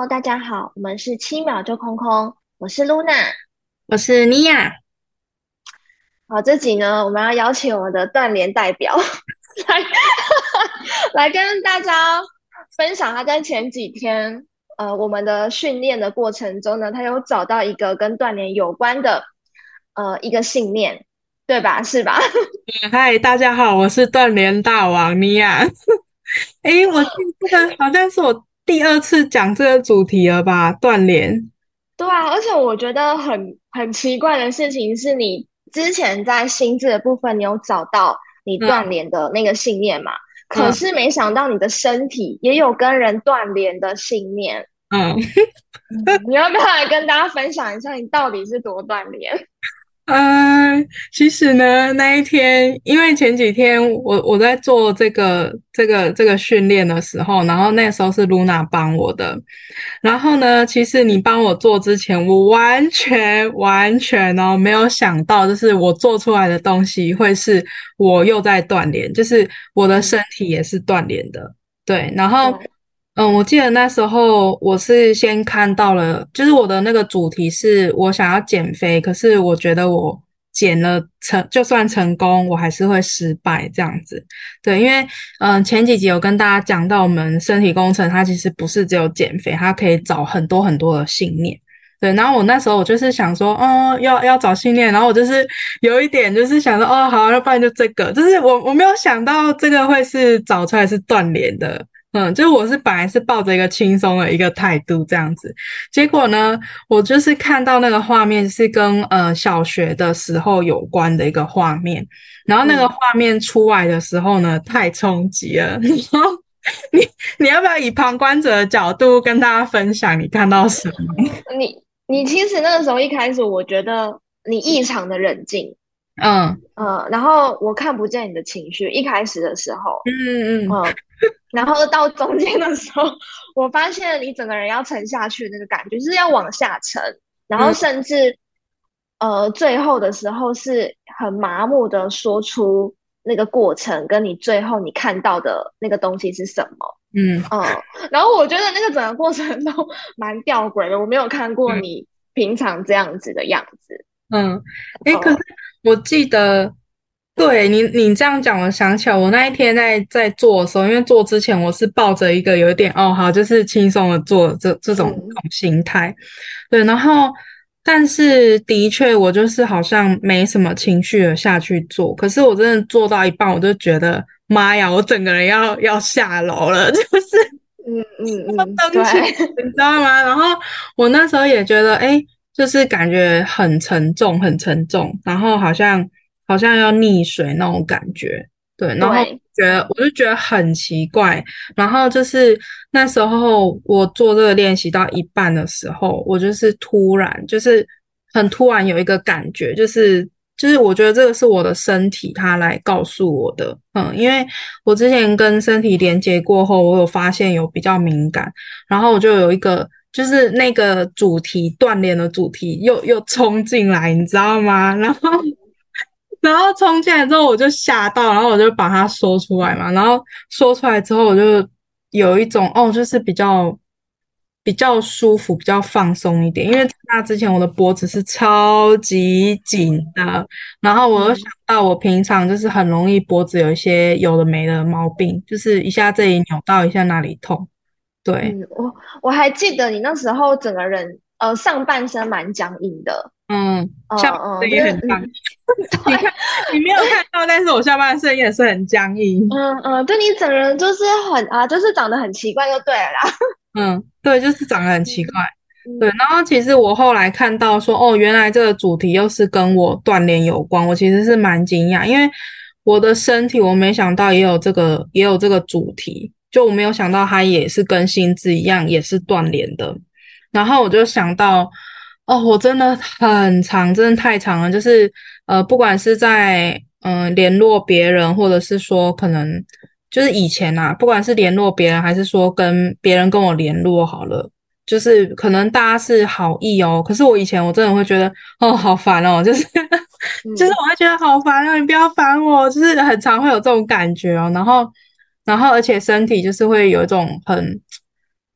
大家好，我们是7秒就空空，我是露娜。 我是妮亚。 好，这集呢，我们要邀请我们的断联代表来来跟大家分享他在前几天我们的训练的过程中呢，他有找到一个跟断联有关的一个信念，对吧？是吧？ 嗨，大家好，我是断联大王妮亚。诶，我记得这个好像是我第二次讲这个主题了吧？断联。 对啊，而且我觉得很奇怪的事情是你之前在心智的部分，你有找到你断嗯联的那个信念嘛？可嗯是没想到你的身体也有跟人断联的信念。 嗯。 你要不要来跟大家分享一下你到底是多断联？ 其实呢，那一天，因为前几天我在做这个训练的时候，然后那时候是露娜帮我的，然后呢，其实你帮我做之前，我完全哦没有想到，就是我做出来的东西会是我又在断联，就是我的身嗯， 体也是断联的。对，然后对， 我记得那时候我是先看到了，就是我的那个主题是我想要减肥，可是我觉得我减了就算成功，我还是会失败这样子。对，因为前几集有跟大家讲到，我们身体工程它其实不是只有减肥，它可以找很多很多的信念。对，然后我那时候我就是想说，要找信念，然后我就是有一点就是想说，哦，好，要不然就这个，就是我没有想到这个会是找出来是断联的。就是我本来是抱着一个轻松的一个态度这样子，结果呢，我就是看到那个画面是跟小学的时候有关的一个画面，然后那个画嗯， 面出来的时候呢，太冲击了。然后你你要不要以旁观者的角度跟大家分享你看到什么？ 你其实那个时候一开始，我觉得你异常的冷静， 嗯然后我看不见你的情绪，一开始的时候， 嗯嗯嗯，然后到中间的时候，我发现你整个人要沉下去的那个感觉，就是要往下沉，然后嗯甚至最后的时候是很麻木的说出那个过程，跟你最后你看到的那个东西是什么。 嗯然后我觉得那个整个过程都蛮吊诡的，我没有看过嗯你平常这样子的样子。 嗯。诶，可是嗯我记得，对你这样讲，我想起来，我那一天在做的时候，因为做之前我是抱着一个有一点好，就是轻松的做这种嗯， 心态。对，然后但是的确我就是好像没什么情绪的下去做，可是我真的做到一半，我就觉得妈呀，我整个人要下楼了，就是嗯嗯嗯，对， 登去，你知道吗？然后我那时候也觉得，哎，就是感觉很沉重，很沉重，然后好像要溺水那种感觉。对，然后对， 我就觉得很奇怪，然后就是那时候我做这个练习到一半的时候，我就是突然就是很突然有一个感觉，就是我觉得这个是我的身体它来告诉我的。因为我之前跟身体连接过后，我有发现有比较敏感，然后我就有一个就是那个主题断联的主题又冲进来，你知道吗？然后冲进来之后我就吓到，然后我就把它说出来嘛，然后说出来之后我就有一种就是比较舒服、比较放松一点，因为在那之前我的脖子是超级紧的，然后我又想嗯到我平常就是很容易脖子有一些有的没的毛病，就是一下这里扭到，一下那里痛。对。 嗯，我还记得你那时候整个人上半身蛮僵硬的， 下半身就是也很僵硬。你看，你没有看到，但是我下半身也是很僵硬。 对你整个人就是就是长得很奇怪就对了啦。 嗯，对，就是长得很奇怪。 嗯对， 嗯然后其实我后来看到说，原来这个主题又是跟我锻炼有关，我其实是蛮惊讶，因为我的身体我没想到也有这个主题，就我没有想到它也是跟心智一样，也是锻炼的。然后我就想到，我真的很长，真的太长了，就是不管是在联络别人，或者是说可能就是以前啊，不管是联络别人，还是说跟别人跟我联络好了。就是可能大家是好意哦，可是我以前我真的会觉得好烦哦，就是就是嗯我会觉得好烦哦，你不要烦我，就是很常会有这种感觉哦，然后而且身体就是会有一种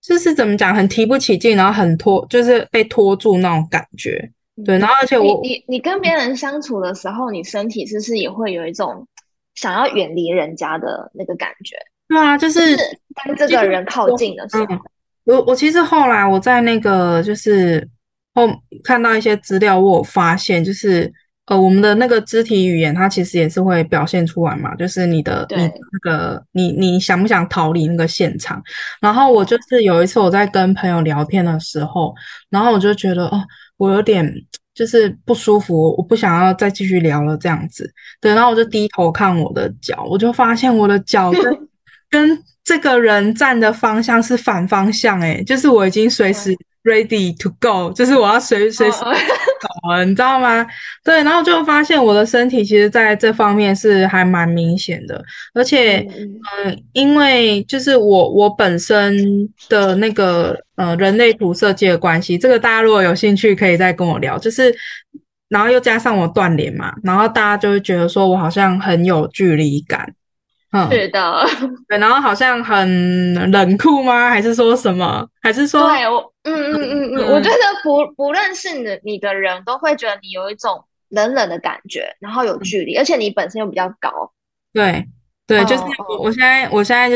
就是怎么讲，很提不起劲，然后很拖，就是被拖住那种感觉。对，然嗯， 后而且我， 你跟别人相处的时候，你身体是不是也会有一种想要远离人家的那个感觉？ 对啊，就是跟这其实个人靠我， 近的时候， 我其实后来我在那个就是后看到一些资料，我有发现就是我们的那个肢体语言，它其实也是会表现出来嘛，就是你对， 那个你想不想逃离那个现场？然后我就是有一次我在跟朋友聊天的时候，然后我就觉得哦，我有点就是不舒服，我不想要再继续聊了这样子。对，然后我就低头看我的脚，我就发现我的脚跟这个人站的方向是反方向，诶，就是我已经随时嗯 ready to go，就是我要随时嗯走了，你知道吗？对，然后就发现我的身体其实在这方面是还蛮明显的，而且， 嗯嗯， 因为就是我本身的那个人类图设计的关系，这个大家如果有兴趣可以再跟我聊，就是然后又加上我断联嘛，然后大家就会觉得说我好像很有距离感。嗯， 是的， 对，然后好像很冷酷吗？还是说什么？还是对说， 我觉嗯得不认识你的人都会觉得你有一种冷冷的感觉，然后有距离，而且你本身又比较高， 对对，就是嗯嗯， 我现在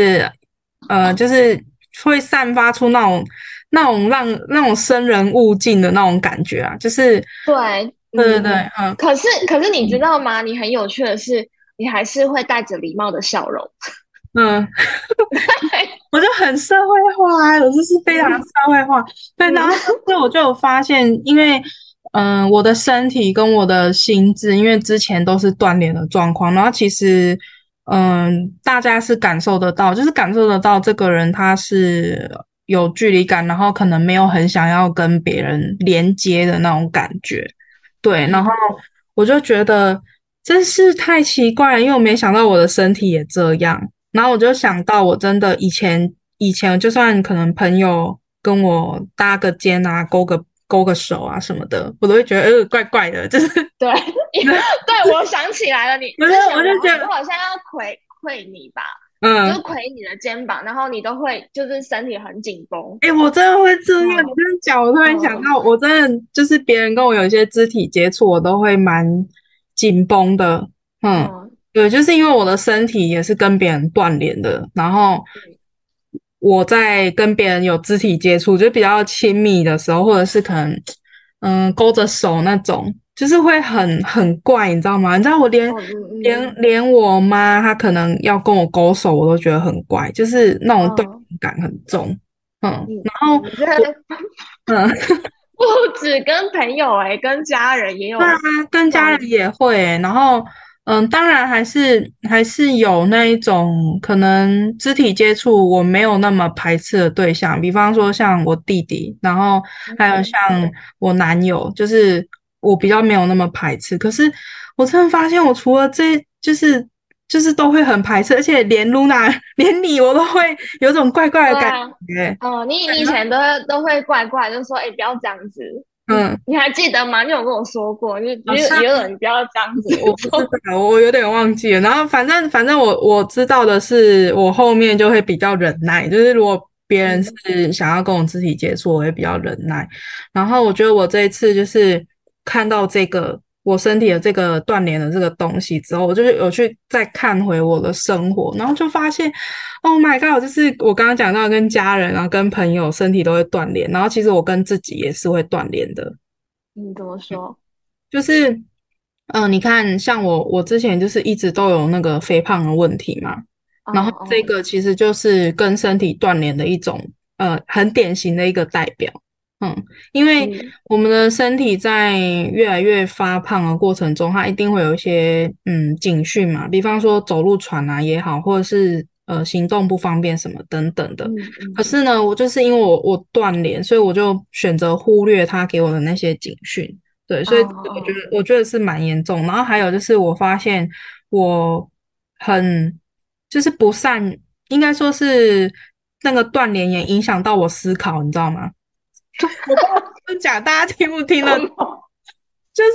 就是会散发出那种生人勿近的那种感觉啊，就是对， 对对对， 可是你知道吗？你很有趣的是，你还是会带着礼貌的笑容， 嗯，我就很社会化啊，我就是非常社会化。对，然后嗯所以我就有发现，因为我的身体跟我的心智，因为之前都是断联的状况，然后其实大家是感受得到，就是感受得到这个人他是有距离感，然后可能没有很想要跟别人连接的那种感觉。对，然后嗯我就觉得真是太奇怪了，因为我没想到我的身体也这样。然后我就想到，我真的以前就算可能朋友跟我搭个肩啊，勾个手啊什么的，我都会觉得怪怪的，就是对，对，我想起来了，你我就之前我就觉得我好像要捶你吧，就是嗯， 捶你的肩膀，然后你都会就是身体很紧绷， 哎、我真的会这样。你嗯这样讲，我突然想嗯到，我真的就是别人跟我有一些肢体接触，我都会蛮紧绷的。嗯， 嗯对，就是因为我的身体也是跟别人断联的，然后我在跟别人有肢体接触，就比较亲密的时候，或者是可能勾着手那种，就是会很怪，你知道吗？你知道我连哦连连我妈她可能要跟我勾手，我都觉得很怪，就是那种对嗯比感很重。然后你这嗯， 不止跟朋友跟家人也对啊， 有跟这样子， 家人也会欸，然后当然还是有那一种可能肢体接触我没有那么排斥的对象，比方说像我弟弟，然后还有像我男友，就是我比较没有那么排斥。可是我真的发现，我除了这就是都会很排斥，而且连 Luna 连你我都会有种怪怪的感对啊， 觉。 你以前都会怪怪，就说不要这样子， 嗯， 你还记得吗？你有跟我说过，就是好像。 有人不要这样子我不知说， 道，我有点忘记了。然后反正我知道的是，我后面就会比较忍耐，就是如果别人嗯是想要跟我肢体接触，我会比较忍耐。然后我觉得我这一次就是看到这个我身体的这个断联的这个东西之后，我就是有去再看回我的生活，然后就发现，Oh my god，就是我刚刚讲到跟家人，然后跟朋友身体都会断联，然后其实我跟自己也是会断联的。 你怎么说？ 就是，你看，像我之前就是一直都有那个肥胖的问题嘛， 哦然后这哦， 个其实就是跟身体断联的一种，很典型的一个代表。嗯，因为嗯我们的身体在越来越发胖的过程中，它一定会有一些警讯嘛，比方说走路喘啊也好，或者是行动不方便什么等等的。可嗯， 是呢，我就是因为我断联，所以我就选择忽略它给我的那些警讯。对， 哦所以哦， 我觉得是蛮严重。然后还有就是我发现我很就是不善，应该说是那个断联也影响到我思考，你知道吗？我不知道这么讲大家听不听得懂？ 什么？ 就是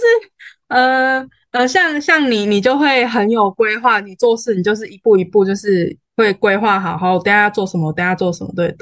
像你就会很有规划，你做事你就是一步一步就是会规划好，好，我等一下要做什么，我等一下要做什么，对对。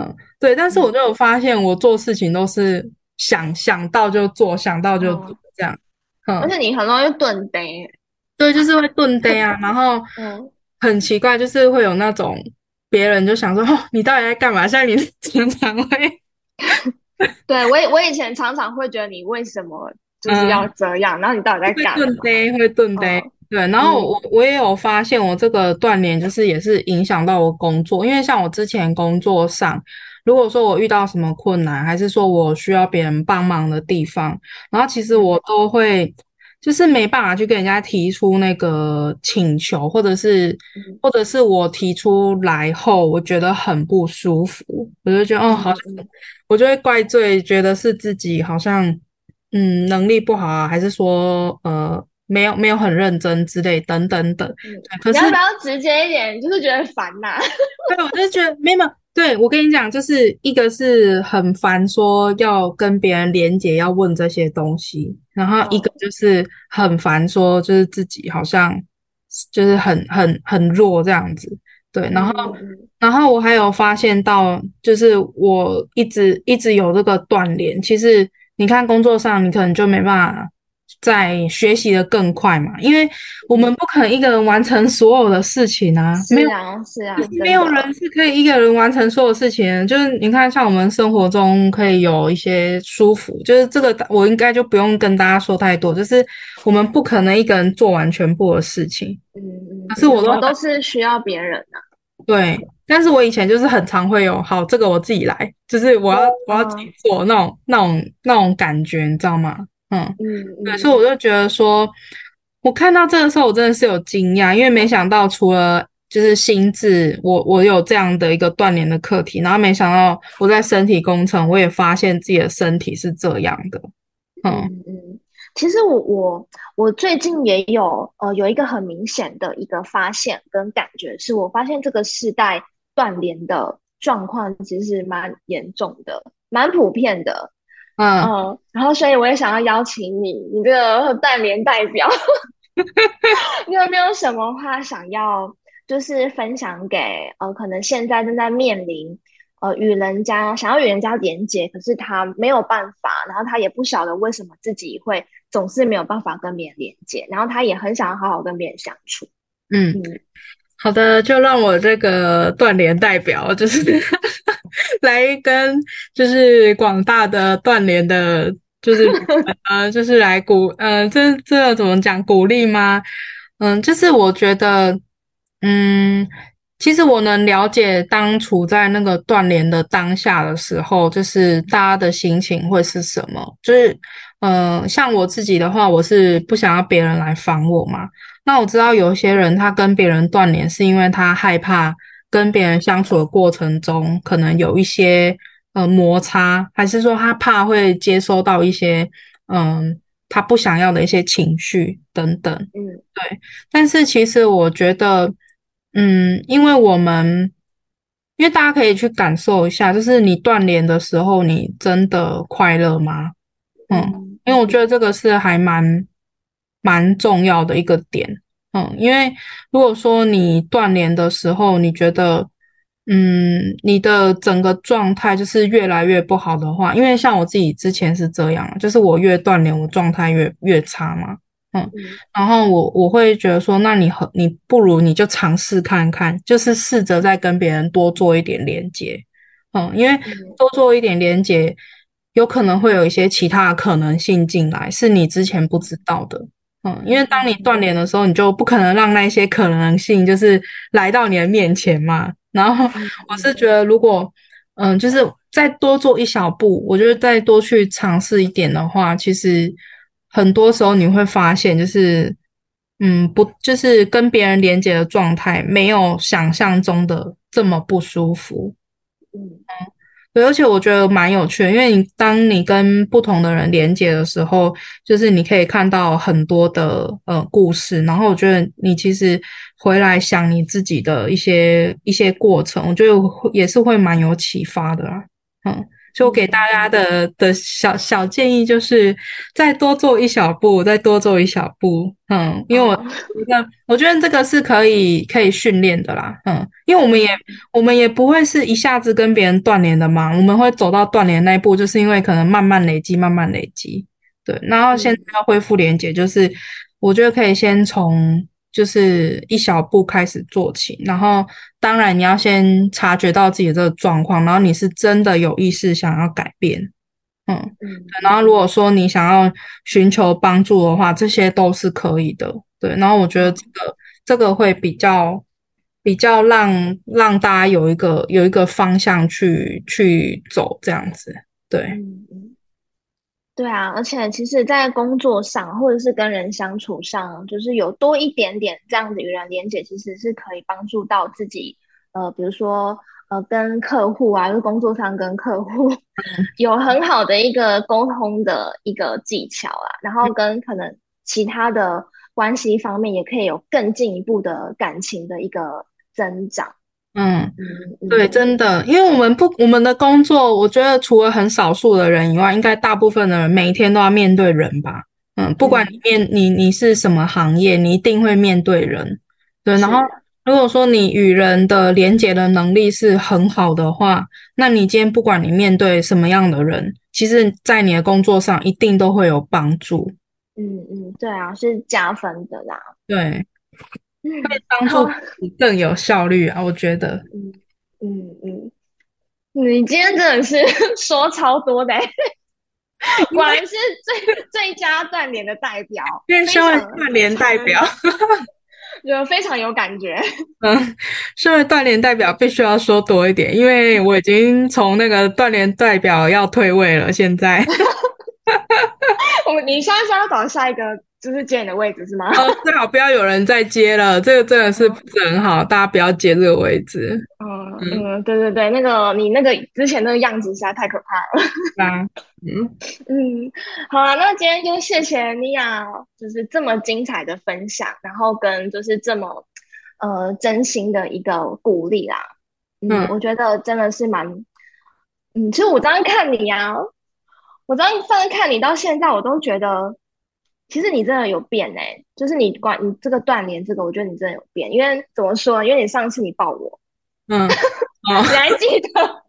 对，但是我就有发现，我做事情都是想到就做，想到就做哦， 这样。 而且你很容易顿呆。 对，就是会顿呆啊，然后嗯， 很奇怪，就是会有那种别人就想说，哦，你到底在干嘛？像你常常会， 对，我以前常常会觉得你为什么就是要嗯， 这样，然后你到底在会干嘛？ 顿呆，会顿呆。 嗯对，然后嗯我也有发现，我这个断联就是也是影响到我工作，因为像我之前工作上，如果说我遇到什么困难，还是说我需要别人帮忙的地方，然后其实我嗯都会就是没办法去跟人家提出那个请求， 嗯或者是我提出来后，我觉得很不舒服，我就觉得哦，好像嗯嗯我就会怪罪，觉得是自己好像能力不好啊，还是说没有很认真之类等等等。 嗯， 对，可是你要不要直接一点？就是觉得烦呐、 对我就觉得没有。对，我跟你讲，就是一个是很烦，说要跟别人连结，要问这些东西，然后一个嗯就是很烦，说就是自己好像就是很弱这样子。对，然后嗯嗯我还有发现到，就是我一直有这个断联。其实你看工作上，你可能就没办法再学习的更快嘛，因为我们嗯， 不可能一个人完成所有的事情啊，没有。 是啊是啊， 就是没有人真的。 是可以一个人完成所有事情的。就是你看，像我们生活中可以有一些舒服，就是这个我应该就不用跟大家说太多。就是我们不可能一个人做完全部的事情， 嗯嗯嗯， 可是我都很我们都是需要别人的、 对。但是我以前就是很常会有，好，这个我自己来，就是我要自己嗯做那种感觉，你知道吗？对，所以嗯我就觉得说，我看到这个时候，我真的是有惊讶，因为没想到除了就是心智，我有这样的一个断联的课题，然后没想到我在身体工程，我也发现自己的身体是这样的。嗯其实我最近也有一个很明显的一个发现跟感觉，是我发现这个世代断联的状况其实蛮严重的，蛮普遍的。 嗯然后所以我也想要邀请你，你这个断联代表，你有没有什么话想要就是分享给可能现在正在面临想要与人家连接，可是他没有办法，然后他也不晓得为什么自己会总是没有办法跟别人连接，然后他也很想要好好跟别人相处。 嗯。 嗯好的，就让我这个断联代表，就是来跟就是广大的断联的，就是就是来这怎么讲鼓励吗？就是我觉得，嗯，其实我能了解，当处在那个断联的当下的时候，就是大家的心情会是什么？就是，像我自己的话，我是不想要别人来烦我嘛。那我知道有一些人他跟别人断联，是因为他害怕跟别人相处的过程中可能有一些摩擦，还是说他怕会接收到一些他不想要的一些情绪等等。 嗯对，但是其实我觉得，因为因为大家可以去感受一下，就是你断联的时候，你真的快乐吗？嗯，因为我觉得这个是还蛮重要的一个点。因为如果说你断联的时候，你觉得你的整个状态就是越来越不好的话，因为像我自己之前是这样，就是我越断联，我状态越差嘛。嗯， 嗯然后我会觉得说，那你不如你就尝试看看，就是试着再跟别人多做一点连接。因为嗯多做一点连接，有可能会有一些其他的可能性进来，是你之前不知道的。因为当你断联的时候，你就不可能让那些可能性就是来到你的面前嘛。然后嗯我是觉得，如果就是再多做一小步，我觉得再多去尝试一点的话，其实很多时候你会发现，就是不就是跟别人连接的状态没有想象中的这么不舒服。 嗯对，而且我觉得蛮有趣的，因为当你跟不同的人连接的时候，就是你可以看到很多的故事，然后我觉得你其实回来想你自己的一些过程，我觉得也是会蛮有启发的啦。嗯所以我给大家的小建议就是再多做一小步，再多做一小步。因为哦， 我觉得这个是可以训练的啦。因为我们也不会是一下子跟别人断联的嘛，我们会走到断联那一步，就是因为可能慢慢累积，慢慢累积。对，然后现在要恢复连接，就是我觉得可以先从就是一小步开始做起，然后当然你要先察觉到自己的这个状况，然后你是真的有意识想要改变。对，然后如果说你想要寻求帮助的话，这些都是可以的。对，然后我觉得这个会比较让大家有一个方向去走这样子。对。 嗯嗯。对啊，而且其实，在工作上或者是跟人相处上，就是有多一点点这样子与人连接，其实是可以帮助到自己。比如说跟客户啊，就是工作上跟客户有很好的一个沟通的一个技巧啊，然后跟可能其他的关系方面，也可以有更进一步的感情的一个增长。 嗯，对， 嗯嗯真的，因为我们的工作，我觉得除了很少数的人以外，应该大部分的人每一天都要面对人吧。不管嗯， 你是什么行业，你一定会面对人。对，然后是。 如果说你与人的连接的能力是很好的话，那你今天不管你面对什么样的人，其实在你的工作上一定都会有帮助。 对啊，是加分的啦。 对，帮好， 助你更有效率啊，我觉得。 嗯嗯，你今天真的是说超多的欸，果然是最佳断联的代表， 因为身为非常断非常联代表。 就非常有感觉。 身为断联代表，必须要说多一点，因为我已经从那个断联代表要退位了。现在， 你现在是要找下一个就是接你的位置是吗？ 最好不要有人再接了，这个真的是不是很好，大家不要接这个位置。 对对对，那个你那个之前那个样子实在太可怕了。 啊，嗯嗯，好啊，那今天就谢谢你亚，就是这么精彩的分享，然后跟就是这么真心的一个鼓励啦。 嗯， 我觉得真的是蛮，其实我刚刚看你啊，我刚刚上次看你到现在，我都觉得其实你真的有变就是你这个断联这个，我觉得你真的有变，因为怎么说呢？因为你上次你抱我， 嗯，哦， 你还记得？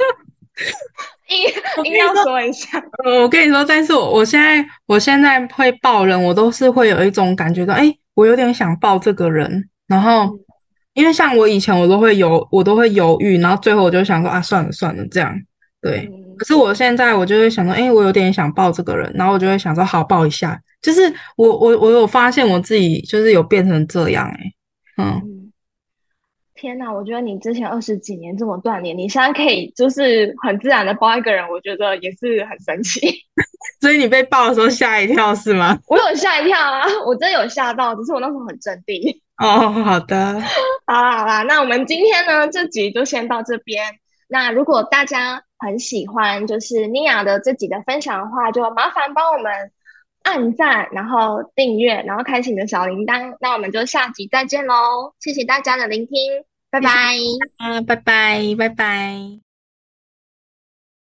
硬要我跟你说， 说一下。 但是我现在会抱人，我都是会有一种感觉到，哎，我有点想抱这个人，然后嗯因为像我以前我都会犹豫，然后最后我就想说啊，算了算了，这样对。 嗯可是我现在我就会想说，哎，我有点想抱这个人，然后我就会想说，好抱一下。就是我有发现我自己就是有变成这样，哎， 嗯。天呐，我觉得你之前20几年这么锻炼，你现在可以就是很自然的抱一个人，我觉得也是很神奇。 所以你被抱的时候吓一跳是吗？ 我有吓一跳啊，我真的有吓到，只是我那时候很镇定。 哦，好的， 好啦好啦，那我们今天呢这集就先到这边。那如果大家很喜欢就是妮亚的这集的分享的话，就麻烦帮我们按赞，然后订阅，然后开启你的小铃铛。那我们就下集再见喽，谢谢大家的聆听，拜谢谢拜。 啊，拜拜，拜拜。